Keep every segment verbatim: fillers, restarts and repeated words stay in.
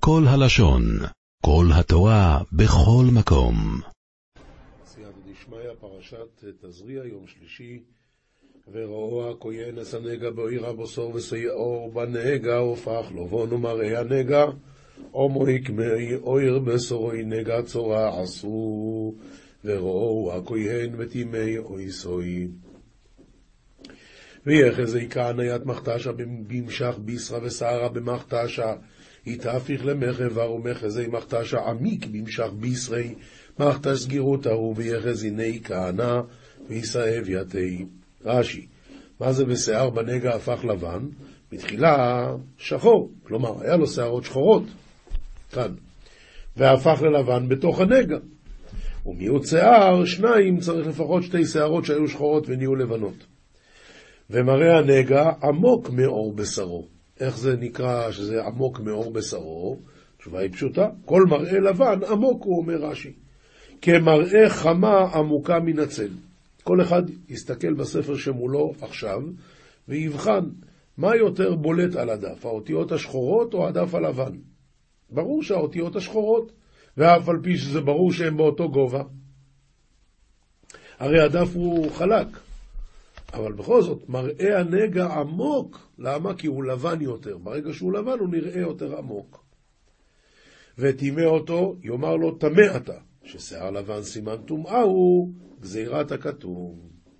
כל הלשון, כל התורה, בכל מקום. סייעתא דשמיא, פרשת תזריע, יום שלישי. וראו הכהן אס הנגע באויר הבוסור וסייעור בנגע, הופך לבון ומראה הנגע, עומק מי אויר בסורוי נגע צורה עשו. וראו הכהן ותימי אויסוי. ויחזי כהניית מחתשה במשך בישרה וסערה במחתשה, התהפיך למחבר ומחזי מחתשה עמיק במשך בישרי, מחתש סגירות ההוא ויחזיני כהנה ויסאב יתי. רש"י, מה זה בשיער בנגע הפך לבן? בתחילה שחור, כלומר היה לו שערות שחורות כאן, והפך ללבן בתוך הנגע. ומיעוט שיער, שניים, צריך לפחות שתי שערות שהיו שחורות ונהיו לבנות. ומראה הנגע עמוק מאור בשרו. איך זה נקרא שזה עמוק מאור בשרו? תשובה היא פשוטה, כל מראה לבן עמוק, הוא אומר רש"י, כמראה חמה עמוקה מן הצל. כל אחד יסתכל בספר שמולו עכשיו ויבחן מה יותר בולט על הדף, האותיות השחורות או הדף הלבן. ברור שהאותיות השחורות, ואף על פי שזה ברור שהם באותו גובה. הרי הדף הוא חלק, אבל בכל זאת מראה הנגע עמוק. למה? כי הוא לבן יותר. ברגע שהוא לבן הוא נראה יותר עמוק. ותימא אותו, יאמר לו תמא אתה, ששיער לבן סימן טומאה הוא גזירת הכתוב.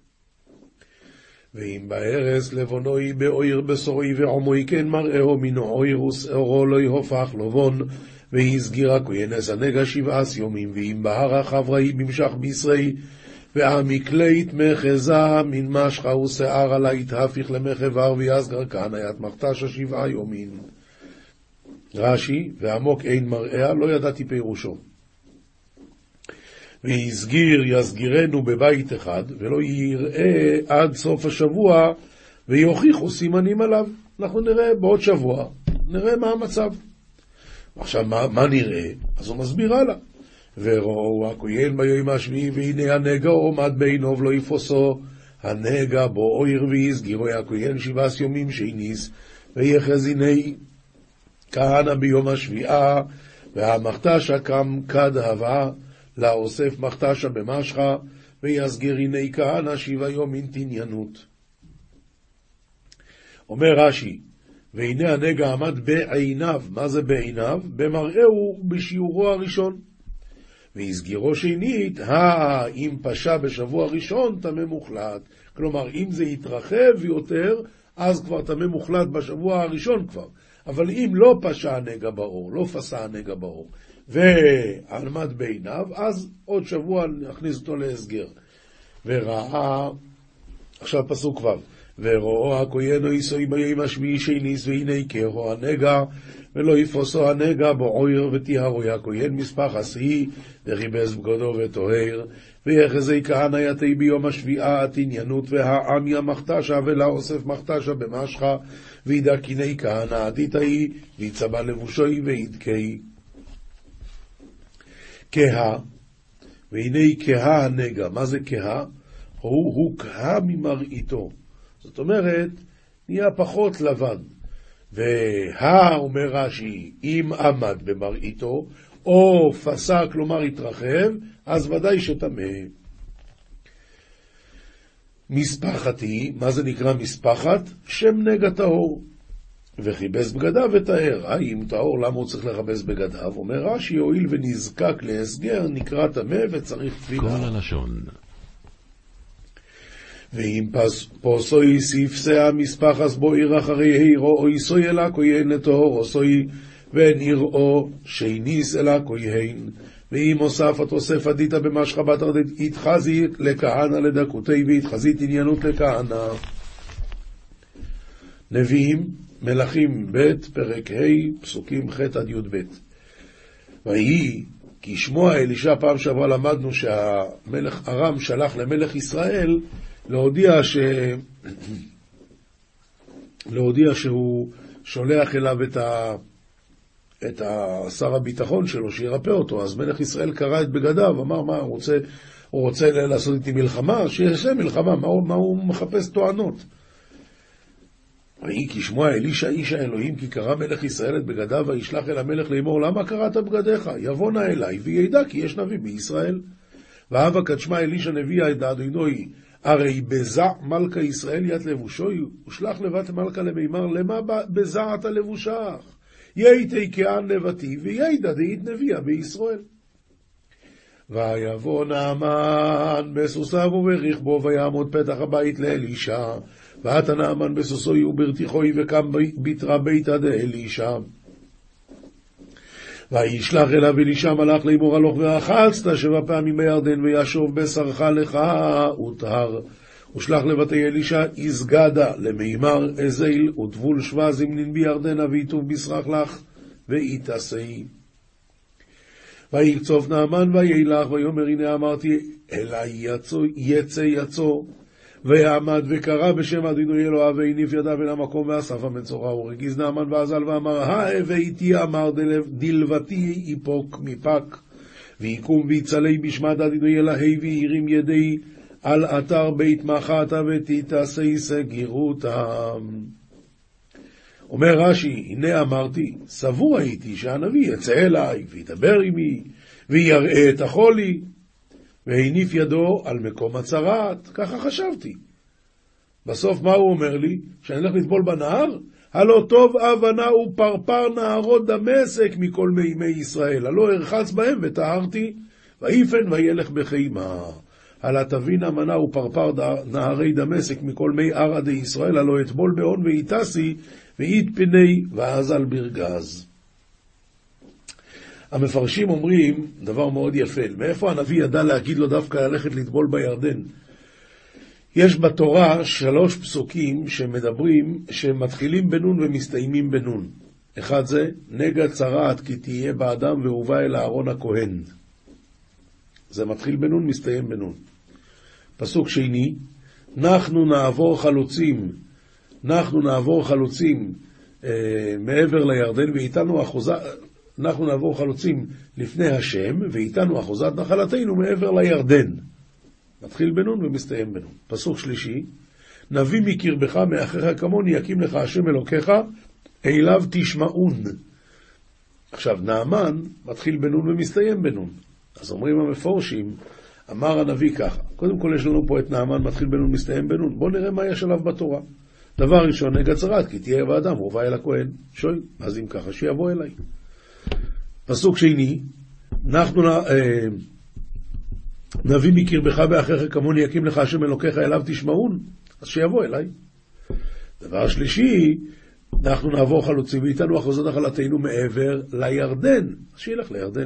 ואם בארץ לבונוי באויר בסורוי ועומוי כן מראהו מן אויר ושערו לא יהופך לבון, והיא סגירה כהנס הנגע שבעס יומים. ואם בהר חברי במשך בישרי, והמקלית מחזה מן משחה ושער עלה התהפיך למחבר ויסגר כהניית מחתשה שבעה יומים. רש"י, ועמוק אין מראה, לא ידעתי פירושו. ויסגיר יסגירנו בבית אחד, ולא יראה עד סוף השבוע, ויוכיחו סימנים עליו. אנחנו נראה בעוד שבוע, נראה מה המצב. עכשיו, מה, מה נראה? אז הוא מסביר הלאה. וראו הכהן ביום השביעי, והנה הנגע עומד בעינו ולא יפוסו, הנגע בו אויר ויסגירו הכהן שבעס יומים שיניס, ויחזיני כהנה ביום השביעה, והמחתשה קם כד הווה, לאוסף מחתשה במשחה, ויסגיריני כהנה שבעה יומין תניינות. אומר רש"י, והנה הנגע עמד בעיניו. מה זה בעיניו? במראהו בשיעורו הראשון. ויסגירו שנית, אם פשע בשבוע ראשון תמה מוחלט. כלומר, אם זה יתרחב יותר, אז כבר תמה מוחלט בשבוע הראשון כבר. אבל אם לא פשע הנגע באור, לא פסע הנגע באור, ועמד בעיניו, אז עוד שבוע נכניס אותו להסגר. וראה, עכשיו פסוק כבר, וראו הכהן אויסוי ביום השביעי שיניס, והנה יקרו הנגע, ולא יפוסו הנגע בעויר ותיהרו הכהן מספח עשי, וריבז בגודו וטוהר, ויחזי כהנה יתי ביום השביעה תניינות, והעמיה מחתשה ולאוסף מחתשה במשחה, וידע קיני כהנה עתיתאי, ויצבע לבושוי וידקי. כהה, והנה כהה הנגע. מה זה כהה? הוא, הוא כהה ממראיתו. זאת אומרת, נהיה פחות לבן. והה, אומר רש"י, אם עמד במראיתו, או פסק, כלומר התרחב, אז ודאי שתמה. מספחתי, מה זה נקרא מספחת? שם נגע טהור. וחיבס בגדיו וטהר. האם טהור, למה הוא צריך לחבס בגדיו? אומר רש"י, הואיל ונזקק להסגר, נקרא טמא וצריך תפילה. כל הלשון. ואם פוסוי ספסה מספחס בו עיר אחרי הירו, או יסוי אלה כהן לטהור, או סוי ונראו שיניס אלה כהן. ואם הוסף התוסף עדיתה במשחה בתרדית, התחזית לכהנה לדקותי, והתחזית עניינות לכהנה. נביאים, מלכים ב' פרק ה' פסוקים ח' עד י' ב'. ויהי כי שמוע אלישע, פעם שעברה למדנו שהמלך ארם שלח למלך ישראל להודיע ש... להודיע שהוא שולח אליו את ה... את שר הביטחון שלו שירפא אותו. אז מלך ישראל קרא את בגדיו, אמר מה הוא רוצה, הוא רוצה לעשות איתי מלחמה, שיעשה מלחמה, מה הוא, מה הוא מחפש טוענות. ויהי כשמוע אלישע איש האלוהים כי קרא מלך ישראל את בגדיו וישלח אל המלך לאמור למה קראת בגדיך? יבוא נא אליי וידע כי יש נביא בישראל. והבה קדשמע אלישע נביא את אדוני הרי בזע מלכה ישראל ית לבושוי ושלח לבת מלכה למימר למה בזעת לבושך יהי כען נבתי וידע דאית נביאה בישראל. ויבוא נעמן בסוסיו וברכבו ויעמוד פתח הבית לאלישע ועתה נעמן בסוסוי וברתיחוי וקם ביתרה ביתה דאלישע. וישלח אליו אלישע מלאך לאמור הלוך ורחצת שבע פעמים בירדן וישוב בשרך לך וטהר. ושלח לבתי אלישע איסגדה למימר אזיל וטבול שבע זמנין בירדנה ויטוב בשרך לך ויתעשי. ויקצוף נעמן וילך ויאמר הנה אמרתי אלי יצא יצא ויעמד וקרא בשם אדוני אלוהיו והניף ידיו אל המקום ואסף המצורע ורגיז נעמן ועזל ואמר ההוויתי אמר דלבתי איפוק מפק ויקום ויצלי בשמת אדוני אלוהי וירים ידי על אתר בית מחתה ותתעשי סגירותם. אומר רש"י, הנה אמרתי, סבור הייתי שהנביא יצא אליי וידבר עמי ויראה את החולי והניף ידו על מקום הצרת, ככה חשבתי. בסוף מה הוא אומר לי? שאני הולך לטבול בנהר? הלא טוב אבנה ופרפר נהרות דמשק מכל מימי ישראל, הלא הרחץ בהם וטהרתי, ואיפן וילך בחימה. הלא תבין אמנה ופרפר נהרי דמשק מכל מי ערא די ישראל, הלא אטבול בהון ויתעשי ואית פני ואזל ברגז. המפרשים אומרים דבר מאוד יפה, מאיפה הנביא ידע להגיד לו דווקא ללכת לטבול בירדן? יש בתורה שלוש פסוקים שמדברים, שמתחילים בנון ומסתיימים בנון. אחד זה, נגע צרעת כי תהיה באדם והובא אל אהרון הכהן. זה מתחיל בנון, מסתיים בנון. פסוק שני, אנחנו נעבור חלוצים, אנחנו נעבור חלוצים אה, מעבר לירדן ואיתנו אחוזה, אנחנו נעבור חלוצים לפני השם ואיתנו אחוזת נחלתנו מעבר לירדן. מתחיל בנון ומסתיים בנון. פסוק שלישי, נביא מקרבך מאחיך כמוני יקים לך השם אלוקיך אליו תשמעון. עכשיו נעמן מתחיל בנון ומסתיים בנון. אז אומרים המפורשים, אמר הנביא ככה, קודם כל יש לנו פה את נעמן מתחיל בנון ומסתיים בנון, בוא נראה מה יש עליו בתורה. דבר ראשון, נגע צרת כי תהיה באדם והובא אל הכהן. שואל, אז אם ככה שיבוא אליי. פסוק שני, אנחנו אה, נביא מקרבך באחיך כמוני יקים לך השם אלוקיך אליו תשמעון, אז שיבוא אליי. דבר שלישי, אנחנו נעבור חלוצים ואיתנו אחוזות נחלתנו מעבר לירדן, אז שילך לירדן.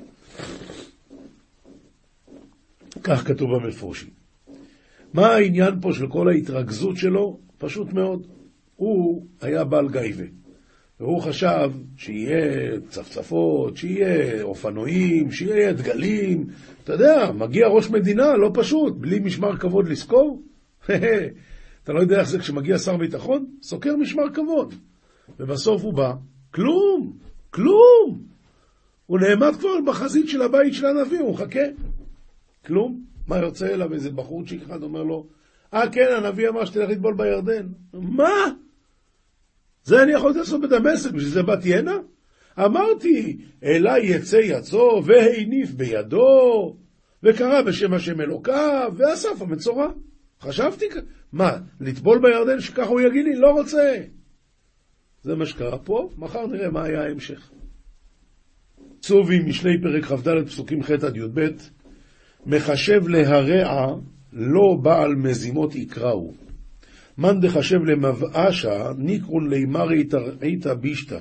כך כתוב במפורשים. מה העניין פה של כל ההתרכזות שלו? פשוט מאוד. הוא היה בעל גייבה. והוא חשב שיהיה צפצפות, שיהיה אופנועים, שיהיה דגלים. אתה יודע, מגיע ראש מדינה, לא פשוט, בלי משמר כבוד לזכור. אתה לא יודע איך זה כשמגיע שר ביטחון? סוקר משמר כבוד. ובסוף הוא בא, כלום, כלום. הוא נעמד כבר בחזית של הבית של הנביא, הוא מחכה. כלום. מה יוצא אליו? איזה בחורצ'יק אחד אומר לו, אה כן, הנביא אמר שתלך לטבול בירדן. מה? זה אני יכולתי לעשות בדמשק, בשביל זה באתי הנה? אמרתי, אליי יצא יצוא, והניף בידו, וקרא בשם השם אלוקיו, ואסף המצורע. חשבתי, מה, לטבול בירדן שככה הוא יגיד לי? לא רוצה. זה מה שקרה פה, מחר נראה מה היה ההמשך. צובי משלי פרק כ"ד פסוקים ח' עד י"ב, מחשב להרע לא בעל מזימות יקראו. מן דחשב למבאשה ניקרון לימרי תרעיתה בישתה.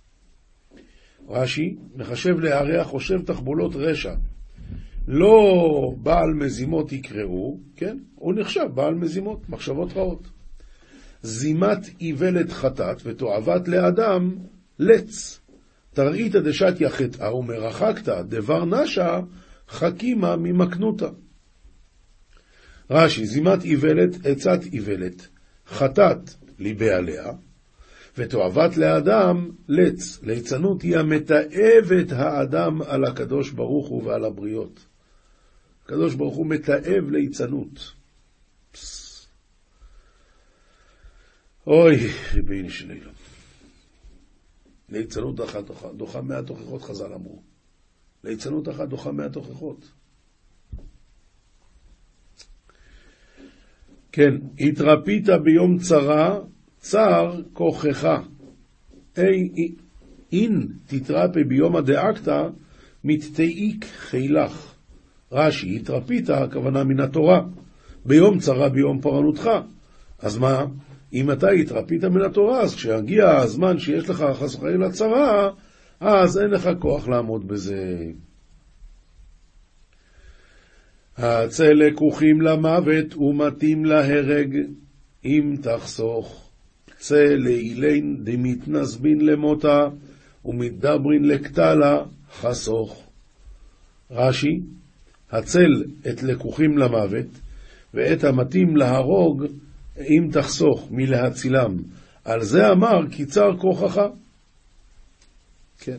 רש"י, מחשב להרע חושב תחבולות רשע. לא בעל מזימות יקראו, כן? הוא נחשב בעל מזימות, מחשבות רעות. זימת איוולת חטאת ותועבת לאדם לץ. תרעיתה דשתיה חטאה ומרחקתה דבר נשה חכימה ממקנותה. רש"י, זימת איוולת עצת איוולת, חטאת ליבי עליה, ותועבת לאדם לץ. ליצנות היא המתאבת האדם על הקדוש ברוך הוא ועל הבריות. הקדוש ברוך הוא מתאב ליצנות. פס. אוי, ריבונו של עולם. ליצנות אחת דוחה מאה תוכחות, חז"ל אמרו. ליצנות אחת דוחה מאה תוכחות. כן, התרפית ביום צרה, צר כוחך. אי, אין תתרפי ביום הדאקתא, מתתאיק חילך. רש"י, התרפית, הכוונה מן התורה. ביום צרה, ביום פורענותך. אז מה? אם אתה התרפית מן התורה, אז כשהגיע הזמן שיש לך חס וחלילה צרה, אז אין לך כוח לעמוד בזה. הצל לקוחים למוות ומתים להרג, אם תחסוך. צל לאילין דמתנסבין למותה, ומתדברין לקטלה חסוך. רש"י, הצל את לקוחים למוות, ואת המתים להרוג, אם תחסוך מלהצילם. על זה אמר קיצר כוחך. כן.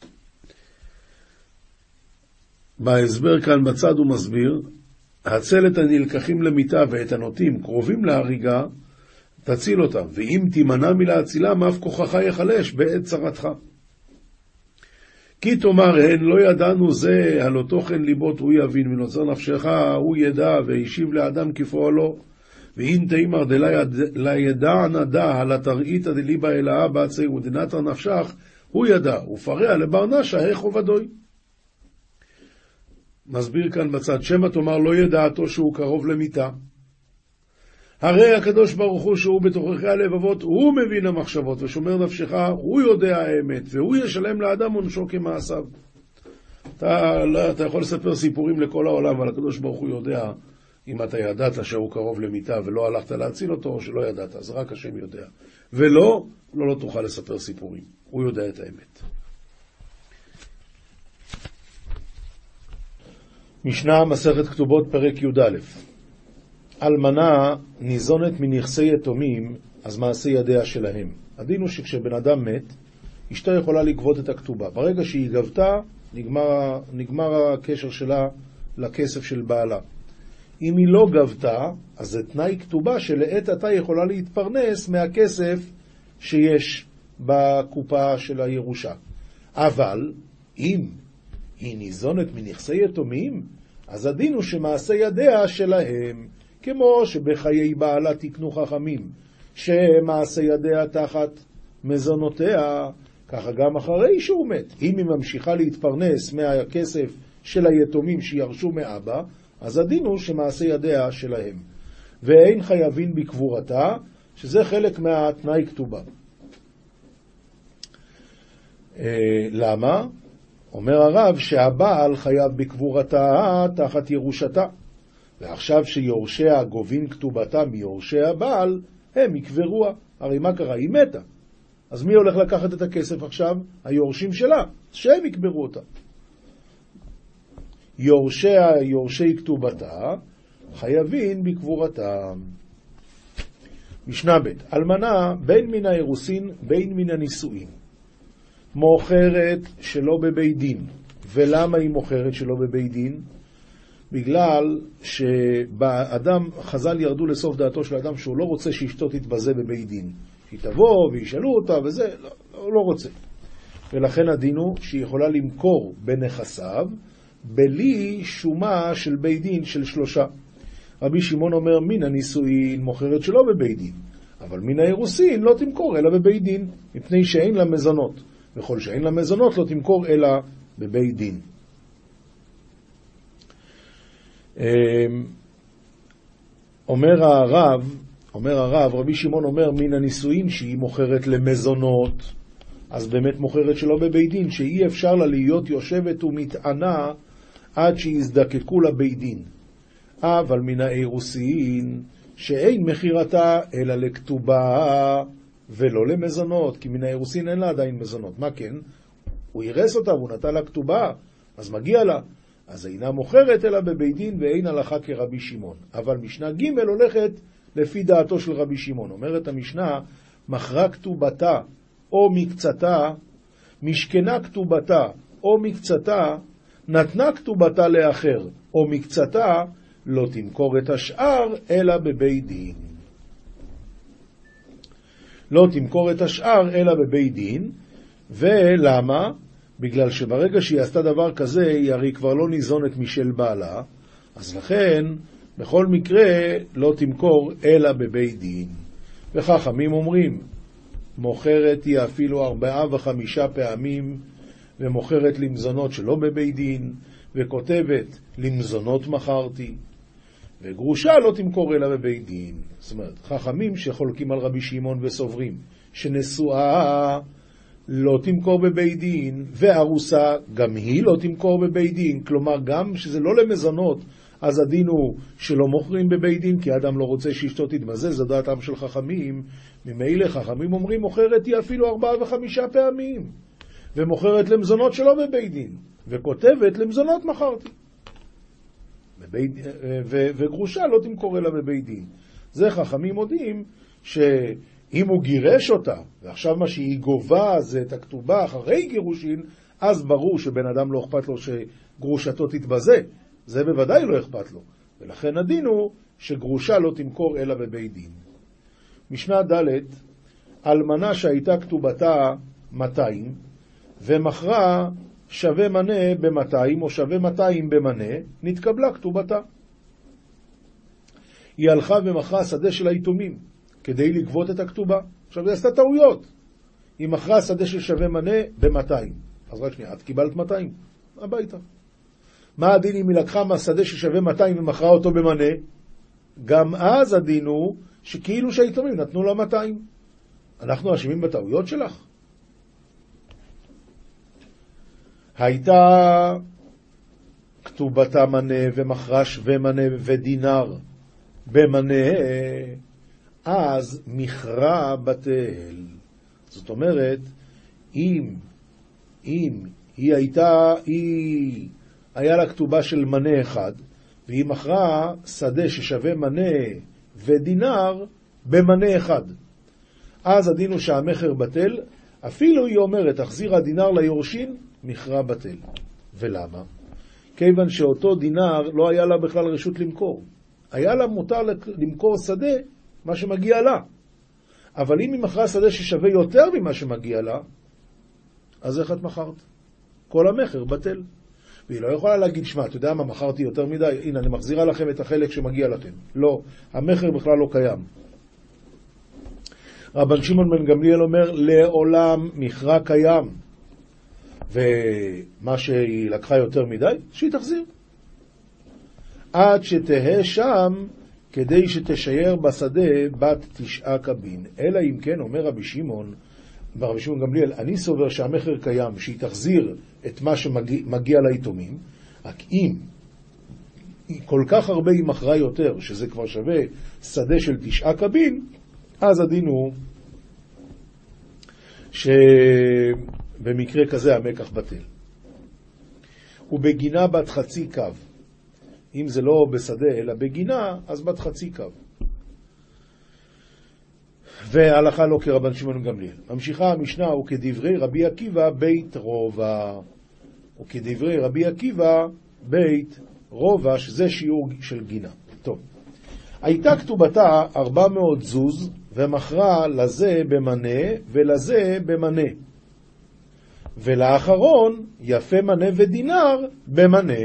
בהסבר כאן בצד הוא מסביר, הצל את הנלקחים למיטה ואת הנוטים קרובים להריגה, תציל אותם, ואם תימנע מלהצילם, אף כוחך יחלש בעת צרתך. כי תאמר הן לא ידענו זה, הלא תוכן ליבות הוא יבין, מנוצר נפשך הוא ידע, וישיב לאדם כפועלו. ואם תאמר דלה ידע נדע, הלא תראית דליבה אלאה בעצי ודנתר נפשך, הוא ידע, ופרע לברנשה איך עובדוי. מסביר כאן בצד, שמה תאמר לא ידעתו שהוא קרוב למיטה. הרי הקדוש ברוך הוא שהוא בתוככי הלבבות, הוא מבין המחשבות ושומר נפשך, הוא יודע האמת, והוא ישלם לאדם עונשו כמעשיו. אתה, לא, אתה יכול לספר סיפורים לכל העולם, אבל הקדוש ברוך הוא יודע אם אתה ידעת שהוא קרוב למיטה ולא הלכת להציל אותו, או שלא ידעת, אז רק השם יודע. ולא, לא, לא תוכל לספר סיפורים. הוא יודע את האמת. משנה מסכת כתובות פרק י"א. אלמנה ניזונת מנכסי יתומים, אז מעשה ידיה שלהם. הדין הוא שכשבן אדם מת, אשתו יכולה לגבות את הכתובה. ברגע שהיא גבתה, נגמר, נגמר הקשר שלה לכסף של בעלה. אם היא לא גבתה, אז זה תנאי כתובה שלעת עתה יכולה להתפרנס מהכסף שיש בקופה של הירושה. אבל אם היא ניזונת מנכסי יתומים, אז הדין הוא שמעשה ידיה שלהם, כמו שבחיי בעלה תקנו חכמים, שמעשה ידיה תחת מזונותיה, ככה גם אחרי שהוא מת. אם היא ממשיכה להתפרנס מהכסף של היתומים שירשו מאבא, אז הדין הוא שמעשה ידיה שלהם. ואין חייבים בקבורתה, שזה חלק מהתנאי כתובה. למה? אומר הרב שהבעל חייב בקבורתה תחת ירושתה. ועכשיו שיורשיה גובים כתובתה מיורשי הבעל, הם יקברוה. הרי מה קרה? היא מתה. אז מי הולך לקחת את הכסף עכשיו? היורשים שלה. שהם יקברו אותה. יורשיה, יורשי כתובתה, חייבים בקבורתה. משנה ב' אלמנה בין מן האירוסין בין מן הנישואין. מוכרת שלא בבית דין. ולמה היא מוכרת שלא בבית דין? בגלל שבאדם, חז"ל ירדו לסוף דעתו של האדם שהוא לא רוצה שאשתו תתבזה בבית דין. שהיא תבוא וישאלו אותה וזה, לא, לא, לא רוצה. ולכן הדין הוא שהיא יכולה למכור בנכסיו, בלי שומה של בית דין של שלושה. רבי שמעון אומר, מן הנישואין מוכרת שלא בבית דין, אבל מן האירוסין לא תמכור אלא בבית דין, מפני שאין לה מזונות. וכל שאין לה מזונות לא תמכור אלא בבית דין. אומר הרב, אומר הרב, רבי שמעון אומר, מן הנישואין שהיא מוכרת למזונות, אז באמת מוכרת שלא בבית דין, שאי אפשר לה להיות יושבת ומתענה עד שיזדקקו לבית דין. אבל מן האירוסין שאין מחירתה אלא לכתובה ולא למזונות, כי מן האירוסין אין לה עדיין מזונות. מה כן? הוא ירס אותה והוא נתן לה כתובה, אז מגיע לה. אז אינה מוכרת אלא בבית דין ואין הלכה כרבי שמעון. אבל משנה ג' הולכת לפי דעתו של רבי שמעון. אומרת המשנה, מכרה כתובתה או מקצתה, משכנה כתובתה או מקצתה, נתנה כתובתה לאחר, או מקצתה, לא תמכור את השאר אלא בבית דין. לא תמכור את השאר אלא בבית דין. ולמה? בגלל שברגע שהיא עשתה דבר כזה, היא הרי כבר לא ניזונת משל בעלה, אז לכן בכל מקרה לא תמכור אלא בבית דין. וחכמים אומרים, מוכרת היא אפילו ארבעה וחמישה פעמים, ומוכרת למזונות שלא בבית דין, וכותבת למזונות מכרתי, וגרושה לא תמכור אלא בבית דין. זאת אומרת, חכמים שחולקים על רבי שמעון וסוברים שנשואה לא תמכור בבית דין, וארוסה גם היא לא תמכור בבית דין, כלומר גם שזה לא למזונות, אז הדין הוא שלא מוכרים בבית דין, כי האדם לא רוצה שאשתו תתמזל, זו דעתם של חכמים. ממילא חכמים אומרים, מוכרת היא אפילו ארבעה וחמישה פעמים, ומוכרת למזונות שלא בבית דין, וכותבת למזונות מכרתי. בבית, ו, וגרושה לא תמכור אלא בבית דין. זה חכמים מודיעים שאם הוא גירש אותה, ועכשיו מה שהיא גובה זה את הכתובה אחרי גירושין, אז ברור שבן אדם לא אכפת לו שגרושתו תתבזה. זה בוודאי לא אכפת לו. ולכן הדין הוא שגרושה לא תמכור אלא בבית דין. משנה ד' אלמנה שהייתה כתובתה מאתיים, ומכרה שווה מנה ב-מאתיים, או שווה מאתיים במנה, נתקבלה כתובתה. היא הלכה ומכרה שדה של היתומים, כדי לגבות את הכתובה. עכשיו היא עשתה טעויות. היא מכרה שדה של שווה מנה ב-מאתיים. אז רק שנייה, את קיבלת מאתיים? הביתה. מה הדין אם היא לקחה מהשדה ששווה מאתיים ומכרה אותו במנה? גם אז הדין הוא שכאילו שהיתומים נתנו לה מאתיים. אנחנו אשמים בטעויות שלך? הייתה כתובתה מנה ומכרה שווה מנה ודינר במנה, אז מכרה בטל. זאת אומרת, אם, אם היא הייתה, היא היה לה כתובה של מנה אחד, והיא מכרה שדה ששווה מנה ודינר במנה אחד, אז הדין הוא שהמחר בטל. אפילו היא אומרת, תחזיר הדינר ליורשין, מכרה בטל. ולמה? כיוון שאותו דינר לא היה לה בכלל רשות למכור. היה לה מותר למכור שדה, מה שמגיע לה. אבל אם היא מכרה שדה ששווה יותר ממה שמגיע לה, אז איך את מכרת? כל המחר בטל. והיא לא יכולה להגיד, שמע, אתה יודע מה, מכרתי יותר מדי, הנה, אני מחזירה לכם את החלק שמגיע לכם. לא, המחר בכלל לא קיים. רבן שמעון בן גמליאל אומר, לעולם מכרה קיים. ומה שהיא לקחה יותר מדי, שהיא תחזיר. עד שתהה שם, כדי שתשייר בשדה בת תשעה קבין. אלא אם כן, אומר רבי שמעון, ברבי שמעון גמליאל, אני סובר שהמחר קיים, שהיא תחזיר את מה שמגיע ליתומים, רק אם כל כך הרבה היא מכרה יותר, שזה כבר שווה שדה של תשעה קבין, אז הדין הוא שבמקרה כזה המקח בטל. ובגינה בת חצי קו. אם זה לא בשדה אלא בגינה, אז בת חצי קו. והלכה לא כרבן שמעון גמליאל. ממשיכה המשנה, וכדברי רבי עקיבא בית רובע. וכדברי רבי עקיבא בית רובע, שזה שיעור של גינה. טוב. הייתה כתובתה ארבע מאות זוז, ומכרה לזה במנה ולזה במנה. ולאחרון יפה מנה ודינר במנה.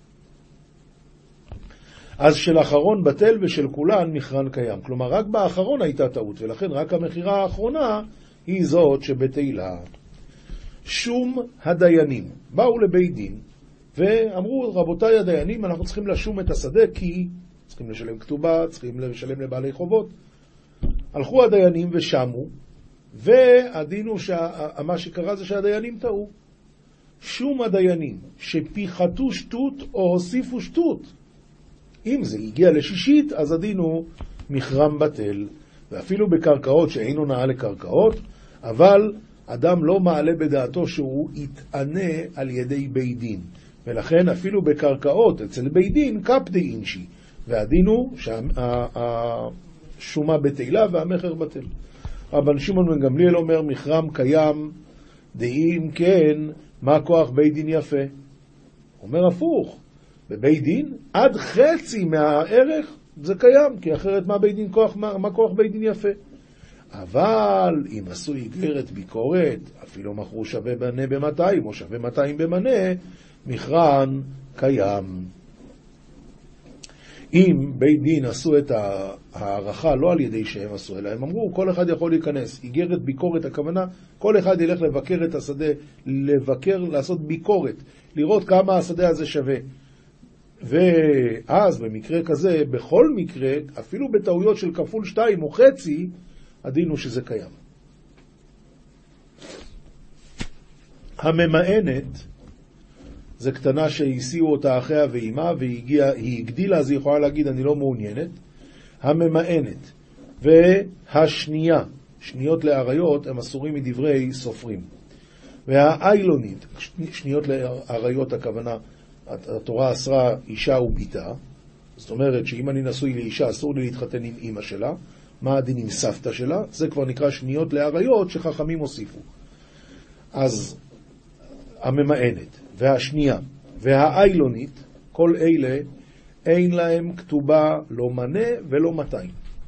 אז של האחרון בטל ושל כולן מכרן קיים. כלומר, רק באחרון הייתה טעות, ולכן רק המכירה האחרונה היא זאת שבתהילה. שום הדיינים באו לבית דין ואמרו, רבותיי הדיינים, אנחנו צריכים לשום את השדה כי צריכים לשלם כתובה, צריכים לשלם לבעלי חובות. הלכו הדיינים ושמו, והדין הוא שמה שקרה זה שהדיינים טעו. שום הדיינים שפיחתו שטות או הוסיפו שטות, אם זה הגיע לשישית, אז הדין הוא מכרם בטל. ואפילו בקרקעות שאין הונאה לקרקעות, אבל אדם לא מעלה בדעתו שהוא יתענה על ידי בית דין. ולכן אפילו בקרקעות אצל בית דין קפדי אינשי. והדין הוא שהשומה בתהילה והמחר בטל. רבן שמעון בן גמליאל אומר, מכרם קיים, דאם כן, מה כוח בית דין יפה? אומר הפוך. בבית דין, עד חצי מהערך זה קיים, כי אחרת מה בית דין כוח, מה, מה כוח בית דין יפה? אבל אם עשו איגרת ביקורת, אפילו מכרו שווה מנה ב-מאתיים או שווה מאתיים במנה, מכרן קיים. אם בית דין עשו את הערכה לא על ידי שהם עשו, אלא הם אמרו כל אחד יכול להיכנס. איגרת ביקורת, הכוונה כל אחד ילך לבקר את השדה, לבקר, לעשות ביקורת, לראות כמה השדה הזה שווה. ואז במקרה כזה, בכל מקרה, אפילו בטעויות של כפול שתיים או חצי, הדין הוא שזה קיים. הממאנת זה קטנה שהסיעו אותה אחיה ואימה, והיא הגדילה, אז היא יכולה להגיד אני לא מעוניינת. הממאנת והשנייה, שניות לעריות, הם אסורים מדברי סופרים. והאיילונית, שניות לעריות, הכוונה, התורה אסרה אישה וביתה, זאת אומרת שאם אני נשוי לאישה אסור לי להתחתן עם אמא שלה, מה הדין עם סבתא שלה? זה כבר נקרא שניות לעריות שחכמים הוסיפו. אז הממאנת והשנייה והאיילונית, כל אלה אין להם כתובה לא מנה ולא מאתיים.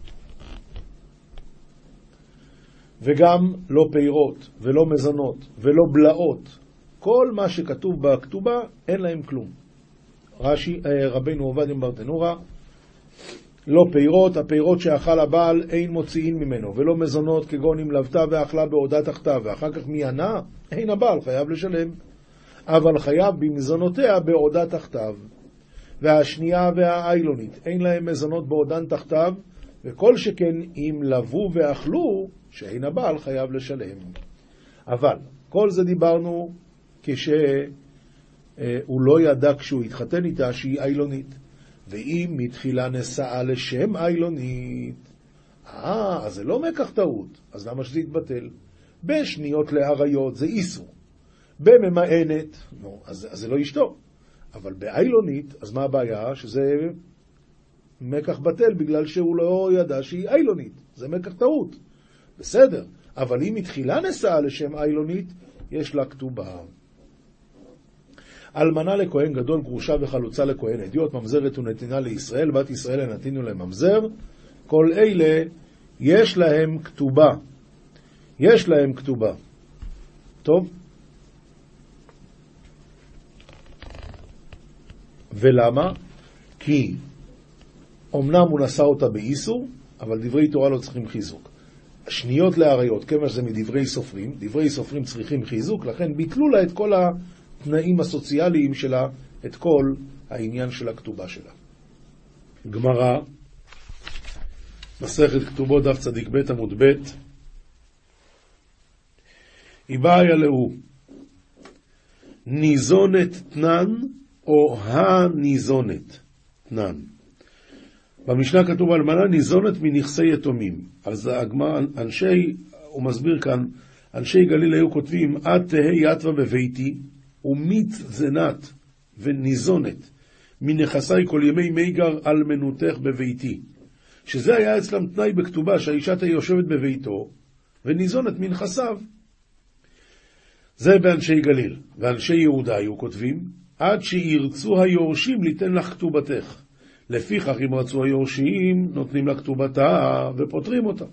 וגם לא פירות ולא מזונות ולא בלעות. כל מה שכתוב בכתובה אין להם כלום. רש"י, רבנו עובדיה ברטנורה, לא פירות, הפירות שאכל הבעל אין מוציאים ממנו, ולא מזונות כגון אם לבתה ואכלה בעודה תחתיו, ואחר כך מי ענה? אין הבעל, חייב לשלם. אבל חייב במזונותיה בעודה תחתיו. והשנייה והאיילונית אין להם מזונות בעודן תחתיו, וכל שכן אם לבו ואכלו, שאין הבעל חייב לשלם. אבל כל זה דיברנו כשהוא לא ידע כשהוא התחתן איתה שהיא איילונית. ואם מתחילה נשאה לשם איילונית, אה, אז זה לא מקח טעות, אז למה שזה יתבטל? בשניות לעריות זה איסור. בממאנת, נו, אז, אז זה לא ישתו. אבל באיילונית, אז מה הבעיה? שזה מקח בטל בגלל שהוא לא ידע שהיא איילונית. זה מקח טעות. בסדר. אבל אם מתחילה נשאה לשם איילונית, יש לה כתובה. אלמנה לכהן גדול, גרושה וחלוצה לכהן אדיוט, ממזרת ונתינה לישראל, בת ישראל נתינו לממזר. כל אלה יש להם כתובה. יש להם כתובה. טוב? ולמה? כי אמנם הוא נשא אותה באיסור, אבל דברי תורה לא צריכים חיזוק. שניות לעריות, כמה שזה מדברי סופרים, דברי סופרים צריכים חיזוק, לכן ביטלו לה את כל התנאים הסוציאליים שלה, את כל העניין של הכתובה שלה. גמרא, מסכת כתובות דף צדיק ב' עמוד ב', איבאיה להו, ניזונת תנן או הניזונת תנן. במשנה כתוב אלמנה ניזונת מנכסי יתומים. אז הגמרא, אנשי, הוא מסביר כאן, אנשי גליל היו כותבים, עד תהי יתווה בביתי, ומית זנת וניזונת מנכסי כל ימי מיגר על מנותך בביתי. שזה היה אצלם תנאי בכתובה, שהאישה תהיה יושבת בביתו, וניזונת מנכסיו. זה באנשי גליל. ואנשי יהודה היו כותבים, עד שירצו היורשים ליתן לך כתובתך. לפיכך אם רצו היורשים, נותנים לה כתובתה ופותרים אותה.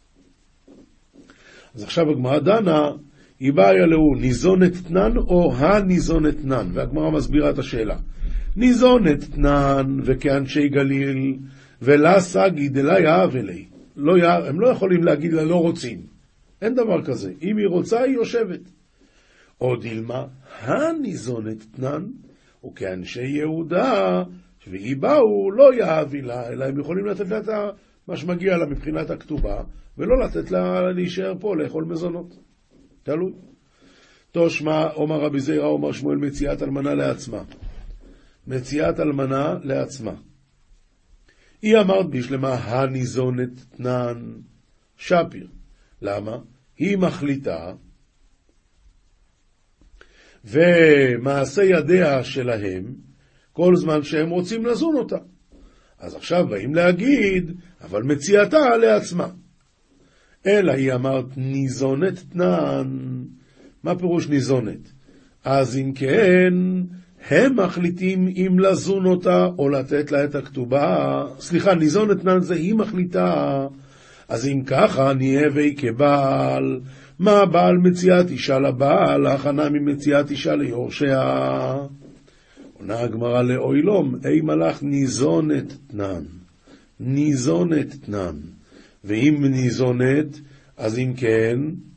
אז עכשיו הגמרא דנה, איבאיה להו, ניזונת תנן או הניזונת תנן? והגמרא מסבירה את השאלה. ניזונת תנן וכאנשי גליל, ולה סגי דלה יאהב אלי. לא יאהב, הם לא יכולים להגיד לה לא רוצים. אין דבר כזה. אם היא רוצה היא יושבת. או דילמה, הניזונת תנן, וכאנשי יהודה, והיא באו, לא יאהבי לה, אלא הם יכולים לתת לה את מה שמגיע לה מבחינת הכתובה, ולא לתת לה להישאר פה, לאכול מזונות. תלוי. תושמע, אומר רבי זירא, אומר שמואל, מציאת אלמנה לעצמה. מציאת אלמנה לעצמה. היא אמרת בשלמה, הניזונת תנן שפיר. למה? היא מחליטה, ומעשה ידיה שלהם, כל זמן שהם רוצים לזון אותה. אז עכשיו באים להגיד, אבל מציאתה לעצמה. אלא היא אמרת ניזונת תנן. מה פירוש ניזונת? אז אם כן, הם מחליטים אם לזון אותה או לתת לה את הכתובה. סליחה, ניזונת תנן זה היא מחליטה, אז אם ככה, נהיה וי כבעל. מה בעל מציאת אישה לבעל? הכנה ממציאת אישה ליורשיה. עונה הגמרא לאוילום, אי מלאך ניזונת תנן. ניזונת תנן. ואם ניזונת, אז אם כן,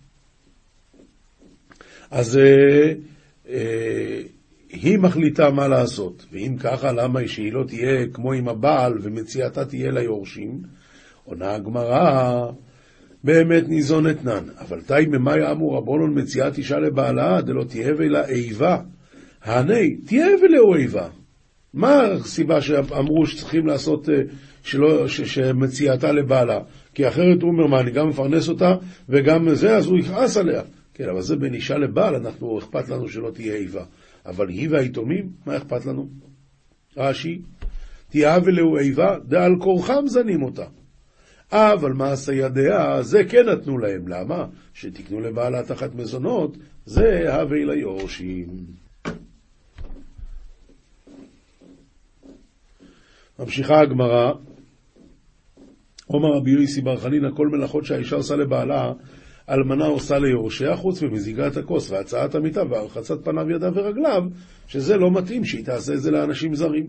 אז אה, אה, היא מחליטה מה לעשות. ואם ככה, למה שהיא לא תהיה כמו עם הבעל ומציאתה תהיה ליורשים? עונה הגמרא, באמת ניזונת תנן. אבל תאי ממאי אמור רבונון מציאת אישה לבעלה, דלא תהיה ולה איבה. העני, תהיה ולאו איבה. מה הסיבה שאמרו שצריכים לעשות שלא, ש, שמציאתה לבעלה? כי אחרת הוא אומר, מה, אני גם מפרנס אותה וגם זה, אז הוא יכעס עליה. כן, אבל זה בין אישה לבעל, אנחנו אכפת לנו שלא תהיה איבה. אבל היא והיתומים, מה אכפת לנו? רש"י, תהיה ולאו איבה, דעל כורחם זנים אותה. אבל מעשה ידיה, זה כן נתנו להם. למה? שתקנו לבעלה תחת מזונות, זה הווי ליורשים. ממשיכה הגמרא, אומר רבי יוסי בר חנינא, כל מלאכות שהאישה עושה לבעלה, אלמנה עושה ליורשיה, חוץ ממזיגת הכוס והצעת המיטה והרחצת פניו ידיו ורגליו, שזה לא מתאים שהיא תעשה את זה לאנשים זרים.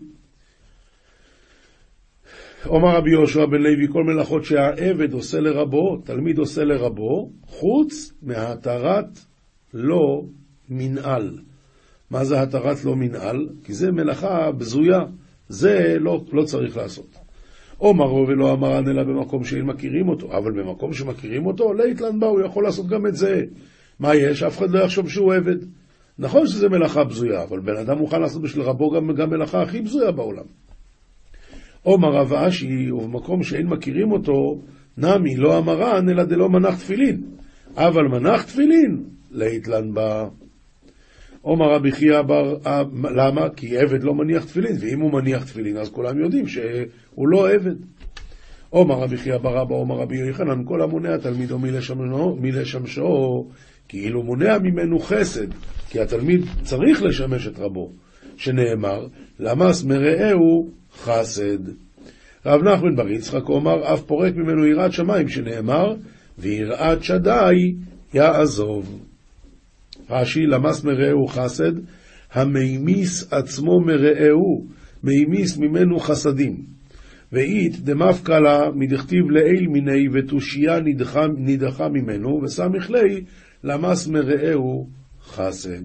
אומר רבי יהושע בן לוי, כל מלאכות שהעבד עושה לרבו, תלמיד עושה לרבו, חוץ מהתרת לא מנהל. מה זה התרת לא מנהל? כי זה מלאכה בזויה, זה לא, לא צריך לעשות. אומרו ולא אמרן אלא במקום שאין מכירים אותו, אבל במקום שמכירים אותו, ליתלן בה, הוא יכול לעשות גם את זה. מה יש? אף אחד לא יחשוב שהוא עבד. נכון שזה מלאכה בזויה, אבל בן אדם מוכן לעשות בשביל רבו גם, גם מלאכה הכי בזויה בעולם. אומר רב אשי, ובמקום שאין מכירים אותו, נמי לא אמרן אלא דלא מנח תפילין. אבל מנח תפילין, ליתלן בה. אומר רבי חייא בר, למה? כי עבד לא מניח תפילין, ואם הוא מניח תפילין, אז כולם יודעים שהוא לא עבד. אומר רבי חייא בר אבא, אומר רבי יוחנן, כל המונע תלמידו מלשמשו, כאילו מונע ממנו חסד, כי התלמיד צריך לשמש את רבו, שנאמר, למס מרעהו חסד. רב נחמן בר יצחק אומר, אף פורק ממנו יראת שמיים, שנאמר, ויראת שדי יעזוב. רש"י, למס מרעהו חסד, המימיס עצמו מרעהו, מימיס ממנו חסדים. ואית דמפקא לה מדכתיב לאיל מיני ותושיה נדחה, נדחה ממנו, וסמיך לי למס מרעהו חסד.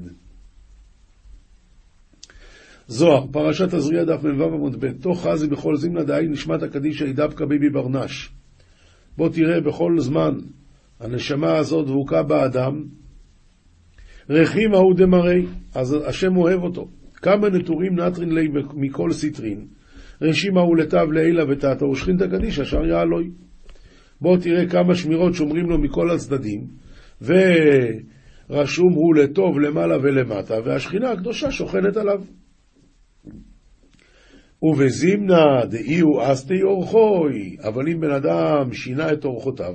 זוהר, פרשת תזריע דף מ"ו עמוד ב', תוך חזי בכל זמנה דאי נשמת הקדישא ידבקה ביבי ברנש. בוא תראה בכל זמן הנשמה הזאת דבוקה באדם, רחים ההוא דמרי, אז השם אוהב אותו. כמה נטורים נטרין לי מכל סיטרין, רשים ההוא לטב לעילה ותתה, ושכין את הקדישא שר יעלוי. בוא תראה כמה שמירות שומרים לו מכל הצדדים, ורשום הוא לטוב למעלה ולמטה, והשכינה הקדושה שוכנת עליו. ובזימנה דאיהו אסתי אורחוי, אבל אם בן אדם שינה את אורחותיו,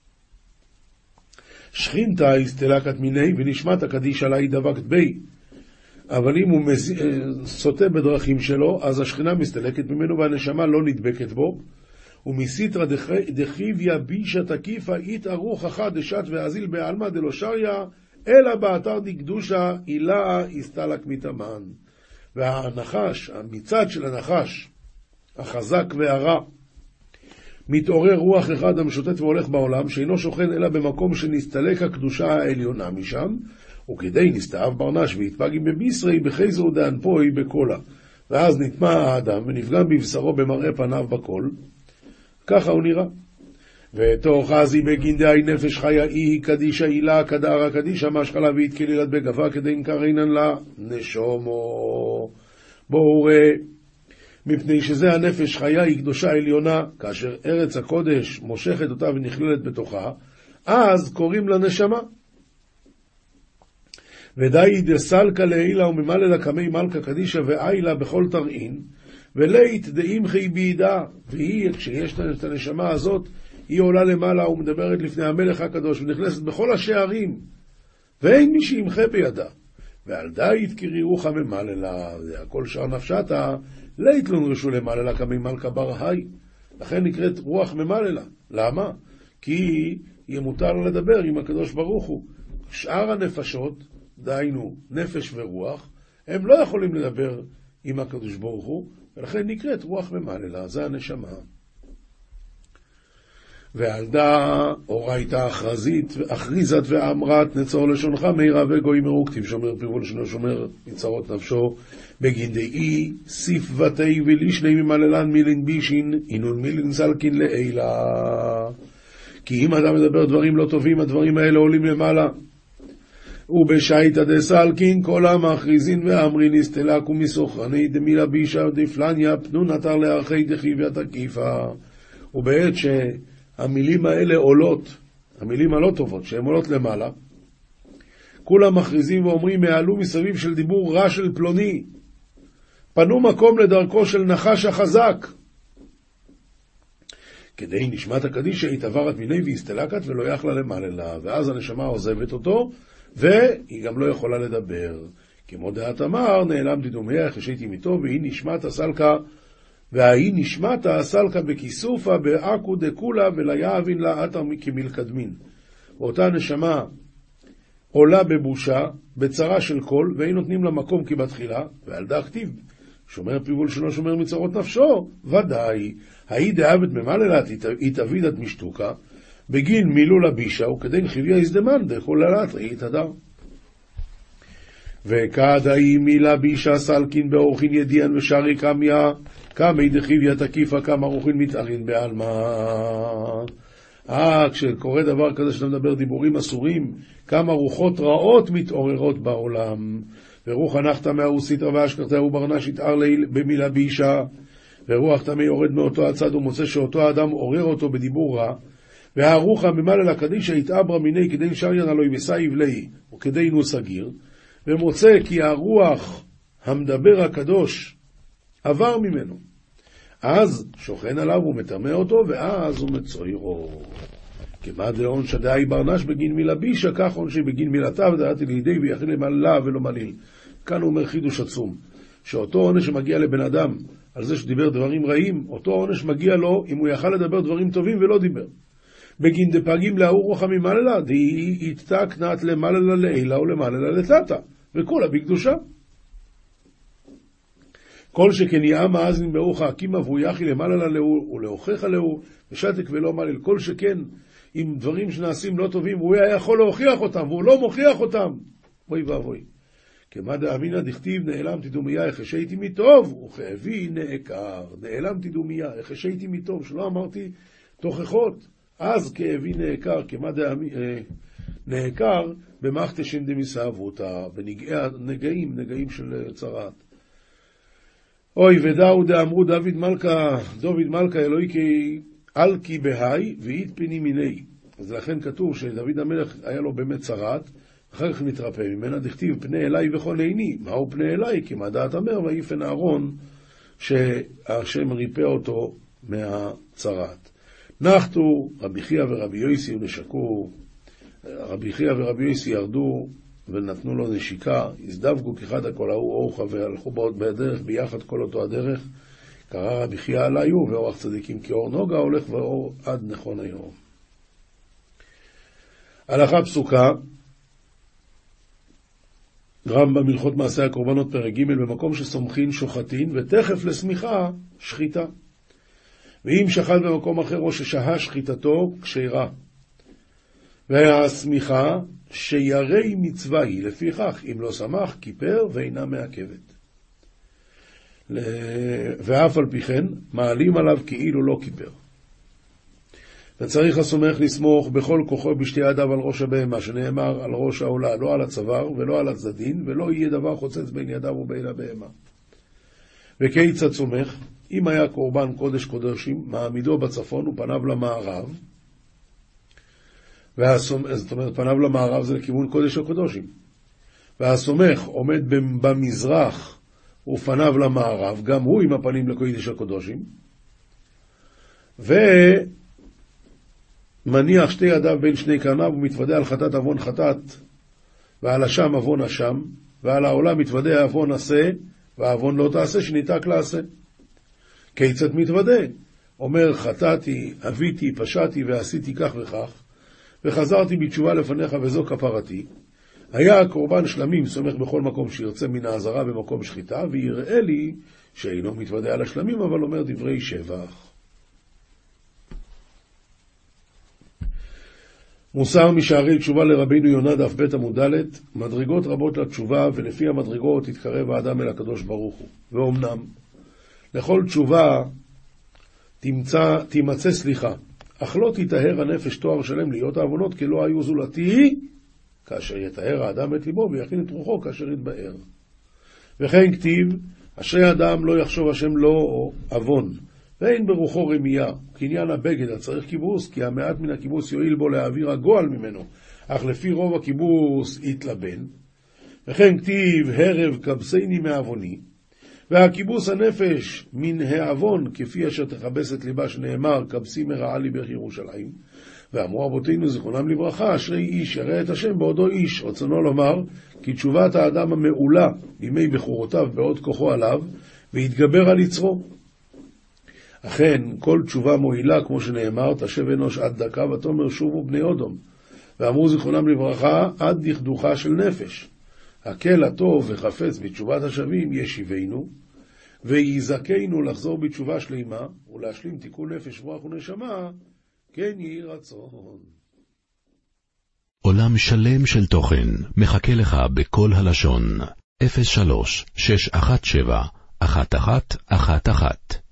שכינתה הסתלקת מיני ונשמת הקדיש עלי דבקת בי, אבל אם הוא מז... סוטה בדרכים שלו, אז השכינה מסתלקת ממנו והנשמה לא נדבקת בו. ומסיתרא דחיביה בישה תקיפה אית ארוך אחד דשת ואזיל בעלמא דלא שריה אלא באתר דקדושה אילה הסתלק מתאמן. והנחש, המצד של הנחש החזק והרע, מתעורר רוח אחד המשוטט והולך בעולם, שאינו שוכן אלא במקום שנסתלק הקדושה העליונה משם, וכדי נסתאב ברנש והתפגים בבישרי בחייזו דאנפוי בקולה. ואז נטמע האדם ונפגם בבשרו במראה פניו בכל, ככה הוא נראה. ותוך חזי בגין דאי נפש חיה אי קדישה אילה קדרה קדישה משחלה והתקלילת בגבה כדי נקרינן לה נשומו. בואו ראה, מפני שזה הנפש חיה היא קדושה עליונה, כאשר ארץ הקודש מושכת אותה ונכללת בתוכה, אז קוראים לה נשמה. ודאי דסלקה לעילה וממלא לקמי מלכה קדישה ואילה בכל תרעין, ולית דאימחי בידה, והיא, כשיש את הנשמה הזאת, היא עולה למעלה ומדברת לפני המלך הקדוש ונכנסת בכל השערים, ואין מי שימחה בידה. ועל דאית קרירוחה ממללה, זה הכל שער נפשתה, ליתלון רשו למללה כמי מלכה בר היי. לכן נקראת רוח ממללה. למה? כי יהיה מותר לו לדבר עם הקדוש ברוך הוא. שאר הנפשות, דהיינו נפש ורוח, הם לא יכולים לדבר עם הקדוש ברוך הוא, ולכן נקראת רוח ממללה, זה הנשמה. ועלדה אורייתא אחרזית, אחריזת ואמרת נצור לשונך מהירה וגוי מרוקטיב, שומר פירול שנו שומר מצרות נפשו, בגין דאי סיף ותי ולישני ממללן מילין בישין, אינון מילין סלקין לאילה. כי אם אדם מדבר דברים לא טובים, הדברים האלה עולים למעלה. ובשייטא דסלקין כל המכריזין ואמרין הסתלק ומסוכרני דמילה בישה דפלניה פנון אתר לאחי דחיביה תקיפה. ובעת שהמילים האלה עולות, המילים הלא טובות, שהן עולות למעלה, כולם מכריזים ואומרים, מעלו מסביב של דיבור רע של פלוני, פנו מקום לדרכו של נחש החזק. כדי נשמת הקדישה התעברת מיני והסתלקת ולא יכלה למעלה, ואז הנשמה עוזבת אותו, והיא גם לא יכולה לדבר. כמו דעת אמר, נעלם תדומיה, חשייתי מיתו, והיא נשמת הסלקה, והיא נשמת הסלקה בכיסופה, באקו דקולה, וליאבין לה אתר כמלקדמין. ואותה נשמה עולה בבושה, בצרה של כל, והיא נותנים לה מקום כבתחילה, ועל דה כתיב, שומר פיבול שלו שומר מצרות נפשו, ודאי, ההיא דאבת ממללת התאבידת משתוקה, בגין מילול הבישה, וכדי נחביה הזדמן, דכל הלת ראי התהדר. וכד ההיא מילה בישה סלקין באורחין ידיען ושרי קמיה, כמי דחיביה תקיפה, כמה רוחין מתארין בעלמה. אה, כשקורה דבר כזה שאתה מדבר דיבורים אסורים, כמה רוחות רעות מתעוררות בעולם. ורוח הנחת מהאוסיתרא ואשכרתא וברנש יתאר ליל במילה בישה, ורוח תמי יורד מאותו הצד ומוצא שאותו האדם עורר אותו בדיבור רע, והרוחה ממללה קדישה יתעברה מיני כדי שריין אלוהי וסייב לי, וכדי נו סגיר, ומוצא כי הרוח המדבר הקדוש עבר ממנו. אז שוכן עליו ומטמא אותו, ואז הוא מצוירו. כמה דעון שדאי ברנש בגין מילה בישה, כך עונשי בגין מילתה ודעתי לידי ויחיל למעלה ולא מליל. כאן הוא אומר חידוש עצום, שאותו עונש שמגיע לבן אדם על זה שדיבר דברים רעים, אותו עונש מגיע לו אם הוא יכל לדבר דברים טובים ולא דיבר. בגין דפגים להוא רוחה ממללה, די יתתקנת למללה לאילה ולמללה לתתה, וכולה בקדושה. כל שכן יאם האזנין ברוחה הקימה והוא יחי למללה להוא ולהוכיח להוא, ושתק ולא מליל. כל שכן עם דברים שנעשים לא טובים, הוא היה יכול להוכיח אותם, והוא לא מוכיח אותם. בואי ואבוי. כמה דאמינא דכתיב נעלם תדומיה, החשייתי מטוב, וכאבי נעקר. נעלם תדומיה, החשייתי מטוב, שלא אמרתי תוכחות. אז כאבי נעקר, כמה דאמינא נעקר, במחתשין דמסעבותא, בנגעים, נגעים של צרת. אוי ודאו דאמרו דוד מלכה, דוד מלכה אלוהי כי על כי בהי ואית פני מיני. אז לכן כתוב שדוד המלך היה לו באמת צרת, אחר כך נתרפא ממנה, דכתיב פני אליי וכל עיני. מהו פני אליי? כי מה דעת אמר ויפן אהרון שהשם ריפא אותו מהצרת. נחתו רבי חייא ורבי יוסי ונשקו. רבי חייא ורבי יוסי ירדו ונתנו לו נשיקה, הזדבקו כחד הכל ההוא אורחה, והלכו בעוד בדרך ביחד כל אותו הדרך. קרא רבי חייא עליו ואורח צדיקים כי אור נוגה הולך ואור עד נכון היום. הלכה פסוקה, רמב"ם הלכות מעשי הקורבנות פרק ג', במקום שסומכין שוחטין ותכף לשמיכה שחיטה. ואם שחט במקום אחר או ששהה שחיטתו כשרה. והסמיכה שירי מצווה היא, לפיכך אם לא שמח כיפר ואינה מעכבת. ואף על פי כן מעלים עליו כאילו לא כיפר. וצריך הסומך לסמוך בכל כוחו בשתי ידיו על ראש הבהמה, שנאמר על ראש העולה, לא על הצוואר ולא על הצדדין, ולא יהיה דבר חוצץ בין ידיו ובין הבהמה. וכיצד סומך? אם היה קורבן קודש קודשים, מעמידו בצפון ופניו למערב, והסומך, זאת אומרת פניו למערב זה לכיוון קודש הקודשים, והסומך עומד במזרח ופניו למערב, גם הוא עם הפנים לקודש הקודשים, ומניח שתי ידיו בין שני קרניו ומתוודע על חטאת אבון חטאת, ועל השם אבון השם, ועל העולם מתוודע אבון עשה, והאבון לא תעשה שניתק לעשה. כיצד מתוודע? אומר חטאתי, אביתי, פשעתי ועשיתי כך וכך, וחזרתי בתשובה לפניך וזו כפרתי, היה הקורבן שלמים סומך בכל מקום שירצה מן העזרה במקום שחיטה, ויראה לי שאינו מתוודע על השלמים, אבל אומר דברי שבח. מוסר משערי תשובה לרבינו יונה דף בית עמוד ד', מדרגות רבות לתשובה, ולפי המדרגות יתקרב האדם אל הקדוש ברוך הוא. ואומנם, לכל תשובה תמצא, תימצא סליחה, אך לא תיטהר הנפש תואר שלם להיות העוונות, כי לא היו זולתי, כאשר יטהר האדם את ליבו ויכין את רוחו כאשר יתבאר. וכן כתיב, אשרי אדם לא יחשוב השם לא עוון, ואין ברוחו רמייה, קניין הבגד הצריך כיבוס, כי המעט מן הכיבוס יועיל בו להעביר הגועל ממנו, אך לפי רוב הכיבוס יתלבן. וכן כתיב, הרב כבסני מעווני, והכיבוס הנפש מן העוון, כפי אשר תכבס את ליבה שנאמר, כבסי מרעה ליבך ירושלים. ואמרו אבותינו זיכרונם לברכה, אשרי איש ירא את השם בעודו איש. רצונו לומר, כי תשובת האדם המעולה בימי בחורותיו בעוד כוחו עליו, והתגבר על יצרו. אכן, כל תשובה מועילה, כמו שנאמר, תשב אנוש עד דקה, ותאמר שובו בני אודום. ואמרו זיכרונם לברכה, עד דכדוכה של נפש. הקל הטוב וחפץ בתשובת השבים ישיבנו, ויזכנו לחזור בתשובה שלימה, ולהשלים תיקון נפש רוח ונשמה, כן יהי רצון. עולם שלם של תוכן מחכה לך בכל הלשון. אפס שלוש שש אחת שבע אחת אחת אחת אחת